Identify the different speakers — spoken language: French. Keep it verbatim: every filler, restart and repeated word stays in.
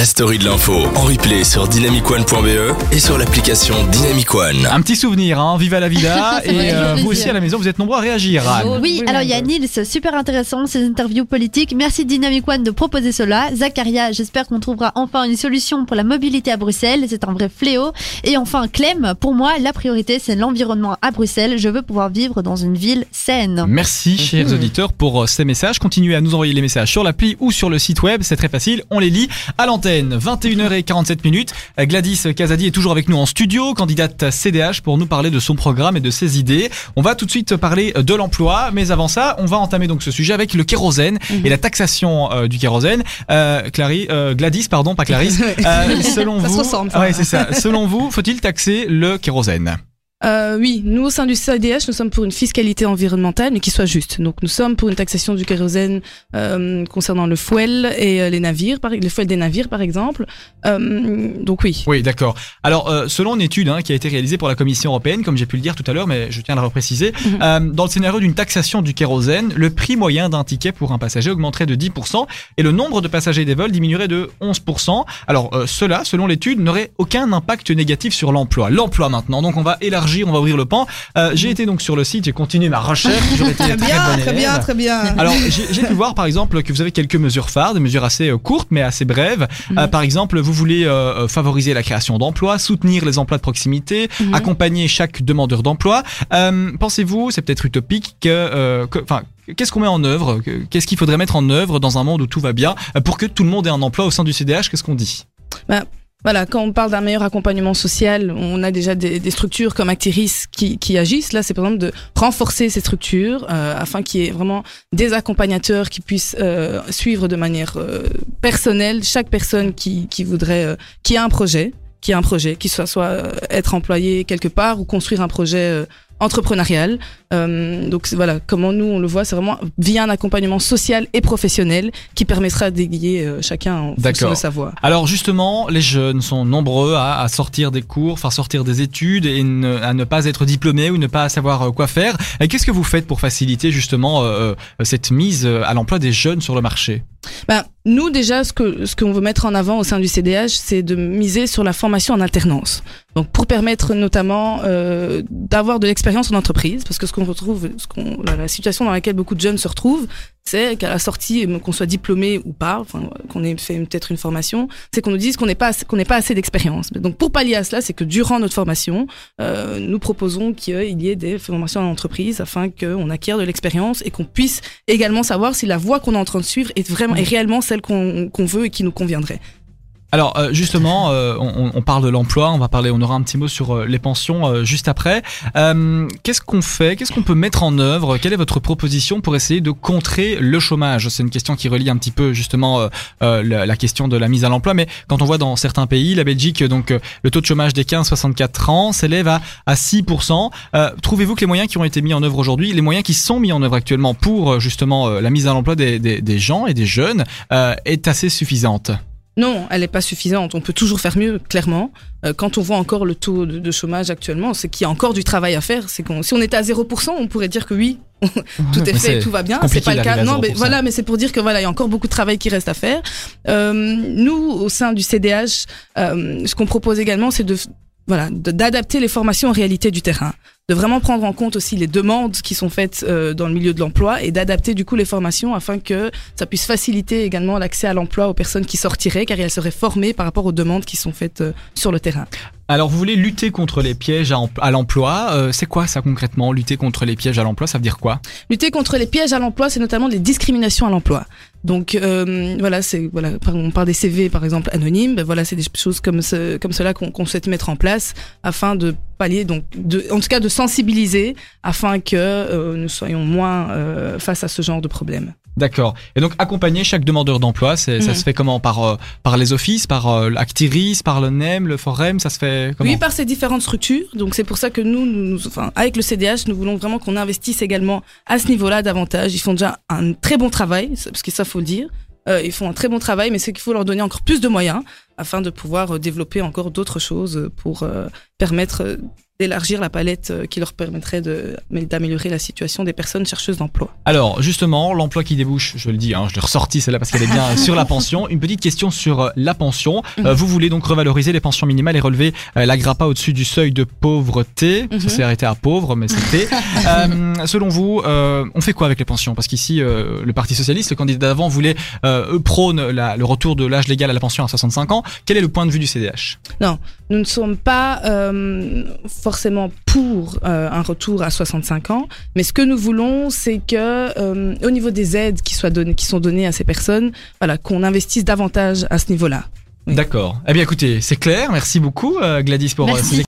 Speaker 1: La story de l'info en replay sur dynamic one point b e et sur l'application Dynamic One.
Speaker 2: Un petit souvenir, hein, viva la vida.
Speaker 3: C'est
Speaker 2: Et
Speaker 3: vrai,
Speaker 2: euh,
Speaker 3: plaisir.
Speaker 2: vous aussi à la maison, vous êtes nombreux à réagir. Anne.
Speaker 3: Oui,
Speaker 4: Oui,
Speaker 3: alors il y a
Speaker 4: madame.
Speaker 3: Nils, super intéressant, ces interviews politiques. Merci Dynamic One de proposer cela. Zacharia, j'espère qu'on trouvera enfin une solution pour la mobilité à Bruxelles. C'est un vrai fléau. Et enfin, Clem, pour moi, la priorité, c'est l'environnement à Bruxelles. Je veux pouvoir vivre dans une ville saine.
Speaker 2: Merci chers auditeurs pour euh, ces messages. Continuez à nous envoyer les messages sur l'appli ou sur le site web, c'est très facile, on les lit à l'antenne. vingt et une heures quarante-sept minutes. Euh, Gladys Kazadi est toujours avec nous en studio, candidate C D H pour nous parler de son programme et de ses idées. On va tout de suite parler de l'emploi, mais avant ça, on va entamer donc ce sujet avec le kérosène
Speaker 4: Mhm.
Speaker 2: et la taxation euh, du kérosène. Euh, Clary, euh, Gladys, pardon, pas Clarisse. Euh, selon
Speaker 4: Ça se
Speaker 2: vous,
Speaker 4: ressemble, ça.
Speaker 2: ouais, c'est ça. Selon vous, faut-il taxer le kérosène?
Speaker 4: Euh, oui, nous au sein du C D H, nous sommes pour une fiscalité environnementale, mais qui soit juste. Donc nous sommes pour une taxation du kérosène euh, concernant le fuel et euh, les navires, par, le fuel des navires par exemple. Euh, donc oui.
Speaker 2: Oui, d'accord. Alors, euh, selon une étude hein, qui a été réalisée pour la Commission européenne, comme j'ai pu le dire tout à l'heure, mais je tiens à le repréciser,
Speaker 4: Mhm.
Speaker 2: euh, dans le scénario d'une taxation du kérosène, le prix moyen d'un ticket pour un passager augmenterait de dix pour cent et le nombre de passagers des vols diminuerait de onze pour cent. Alors, euh, cela, selon l'étude, n'aurait aucun impact négatif sur l'emploi. L'emploi maintenant, donc on va élargir, on va ouvrir le pan. Euh, j'ai été donc sur le site, j'ai continué ma recherche, j'aurais été très,
Speaker 5: Très bien,
Speaker 2: bonne
Speaker 5: très
Speaker 2: élève.
Speaker 5: bien, très bien.
Speaker 2: Alors, j'ai j'ai pu voir par exemple que vous avez quelques mesures phares, des mesures assez euh, courtes mais assez brèves.
Speaker 4: Mhm.
Speaker 2: Euh, par exemple, vous voulez euh, favoriser la création d'emplois, soutenir les emplois de proximité,
Speaker 4: Mhm.
Speaker 2: accompagner chaque demandeur d'emploi. Euh, Pensez-vous, c'est peut-être utopique, que, euh, que- enfin, qu'est-ce qu'on met en œuvre, que- qu'est-ce qu'il faudrait mettre en œuvre dans un monde où tout va bien euh, pour que tout le monde ait un emploi au sein du C D H? Qu'est-ce qu'on dit?
Speaker 4: Voilà, quand on parle d'un meilleur accompagnement social, on a déjà des, des structures comme Actiris qui, qui agissent. Là, c'est par exemple de renforcer ces structures euh, afin qu'il y ait vraiment des accompagnateurs qui puissent euh, suivre de manière euh, personnelle chaque personne qui, qui voudrait, euh, qui a un projet, qui a un projet, qui soit soit euh, être employé quelque part ou construire un projet euh, entrepreneurial. Euh, donc c'est- voilà, comment nous on le voit, c'est vraiment via un accompagnement social et professionnel qui permettra d'aiguiller euh, chacun en fonction
Speaker 2: D'accord.
Speaker 4: de sa voie.
Speaker 2: Alors justement, les jeunes sont nombreux à, à sortir des cours, enfin sortir des études et ne- à ne pas être diplômés ou ne pas savoir euh, quoi faire. Et qu'est-ce que vous faites pour faciliter justement euh, euh, cette mise euh, à l'emploi des jeunes sur le marché?
Speaker 4: Ben, nous, déjà, ce que ce qu'on veut mettre en avant au sein du C D H, c'est de miser sur la formation en alternance. Donc, pour permettre notamment euh, d'avoir de l'expérience en entreprise, parce que ce qu'on retrouve, ce qu'on, la, la situation dans laquelle beaucoup de jeunes se retrouvent, c'est qu'à la sortie, qu'on soit diplômé ou pas, enfin, qu'on ait fait peut-être une formation, c'est qu'on nous dise qu'on n'est pas assez- qu'on n'ait pas assez d'expérience. Donc, pour pallier à cela, c'est que durant notre formation, euh, nous proposons qu'il y ait des formations en entreprise afin qu'on acquiert de l'expérience et qu'on puisse également savoir si la voie qu'on est en train de suivre est vraiment est réellement celle qu'on qu'on veut et qui nous conviendrait.
Speaker 2: Alors euh, justement, euh, on, on parle de l'emploi, on va parler, on aura un petit mot sur euh, les pensions euh, juste après. Euh, qu'est-ce qu'on fait, qu'est-ce qu'on peut mettre en œuvre? Quelle est votre proposition pour essayer de contrer le chômage? C'est une question qui relie un petit peu justement euh, euh, la, la question de la mise à l'emploi. Mais quand on voit dans certains pays, la Belgique, donc euh, le taux de chômage des quinze soixante-quatre ans s'élève à, à six pour cent. Euh, trouvez-vous que les moyens qui ont été mis en œuvre aujourd'hui, les moyens qui sont mis en œuvre actuellement pour euh, justement euh, la mise à l'emploi des, des, des gens et des jeunes euh, est assez suffisante?
Speaker 4: Non, elle n'est pas suffisante. On peut toujours faire mieux, clairement. Euh, quand on voit encore le taux de, de chômage actuellement, c'est qu'il y a encore du travail à faire. C'est qu'on, si on était à zéro pour cent, on pourrait dire que oui, tout est
Speaker 2: Mais
Speaker 4: fait,
Speaker 2: c'est
Speaker 4: tout va bien.
Speaker 2: compliqué
Speaker 4: C'est pas le cas.
Speaker 2: d'arriver à
Speaker 4: Non, mais
Speaker 2: zéro pour cent.
Speaker 4: voilà, mais c'est pour dire que voilà, il y a encore beaucoup de travail qui reste à faire. Euh, nous, au sein du C D H, euh, ce qu'on propose également, c'est de voilà, de- d'adapter les formations en réalité du terrain, de vraiment prendre en compte aussi les demandes qui sont faites euh, dans le milieu de l'emploi et d'adapter du coup les formations afin que ça puisse faciliter également l'accès à l'emploi aux personnes qui sortiraient, car elles seraient formées par rapport aux demandes qui sont faites euh, sur le terrain.
Speaker 2: Alors vous voulez lutter contre les pièges à, em- à l'emploi, euh, c'est quoi ça concrètement, lutter contre les pièges à l'emploi, ça veut dire quoi?
Speaker 4: Lutter contre les pièges à l'emploi, c'est notamment les discriminations à l'emploi. Donc euh, voilà, c'est voilà, par- on parle des C V par exemple anonymes. Ben voilà, c'est des choses comme ce, comme cela qu'on qu'on souhaite mettre en place afin de pallier, donc de, en tout cas de sensibiliser afin que euh, nous soyons moins euh, face à ce genre de problème.
Speaker 2: D'accord. Et donc accompagner chaque demandeur d'emploi, c'est, ça
Speaker 4: Mhm.
Speaker 2: se fait comment? Par euh, par les offices, par euh, l'Actiris, par le N E M, le Forum, ça se fait comment?
Speaker 4: Oui, par ces différentes structures. Donc c'est pour ça que nous, nous, nous- enfin, avec le C D H, nous voulons vraiment qu'on investisse également à ce niveau-là davantage. Ils font déjà un très bon travail, parce que ça faut le dire. Euh, ils font un très bon travail, mais c'est qu'il faut leur donner encore plus de moyens afin de pouvoir euh, développer encore d'autres choses pour euh, permettre euh, d'élargir la palette euh, qui leur permettrait de, d'améliorer la situation des personnes chercheuses d'emploi.
Speaker 2: Alors justement, l'emploi qui débouche, je le dis, hein, je l'ai ressorti celle-là parce qu'elle est bien sur la pension. Une petite question sur euh, la pension.
Speaker 4: Mhm.
Speaker 2: Euh, vous voulez donc revaloriser les pensions minimales et relever euh, la grappa au-dessus du seuil de pauvreté.
Speaker 4: Mhm.
Speaker 2: Ça s'est arrêté à pauvre, mais c'était. euh, selon vous, euh, on fait quoi avec les pensions? Parce qu'ici, euh, le Parti socialiste, le candidat d'avant, voulait euh, eux prône la, le retour de l'âge légal à la pension à soixante-cinq ans. Quel est le point de vue du C D H?
Speaker 4: Non, nous ne sommes pas euh, forcément pour euh, un retour à soixante-cinq ans, mais ce que nous voulons, c'est que euh, au niveau des aides qui, soient données, qui sont données à ces personnes, voilà, qu'on investisse davantage à ce niveau-là. Oui.
Speaker 2: D'accord. Eh bien écoutez, c'est clair. Merci beaucoup euh, Gladys pour euh,
Speaker 3: Merci.
Speaker 2: ces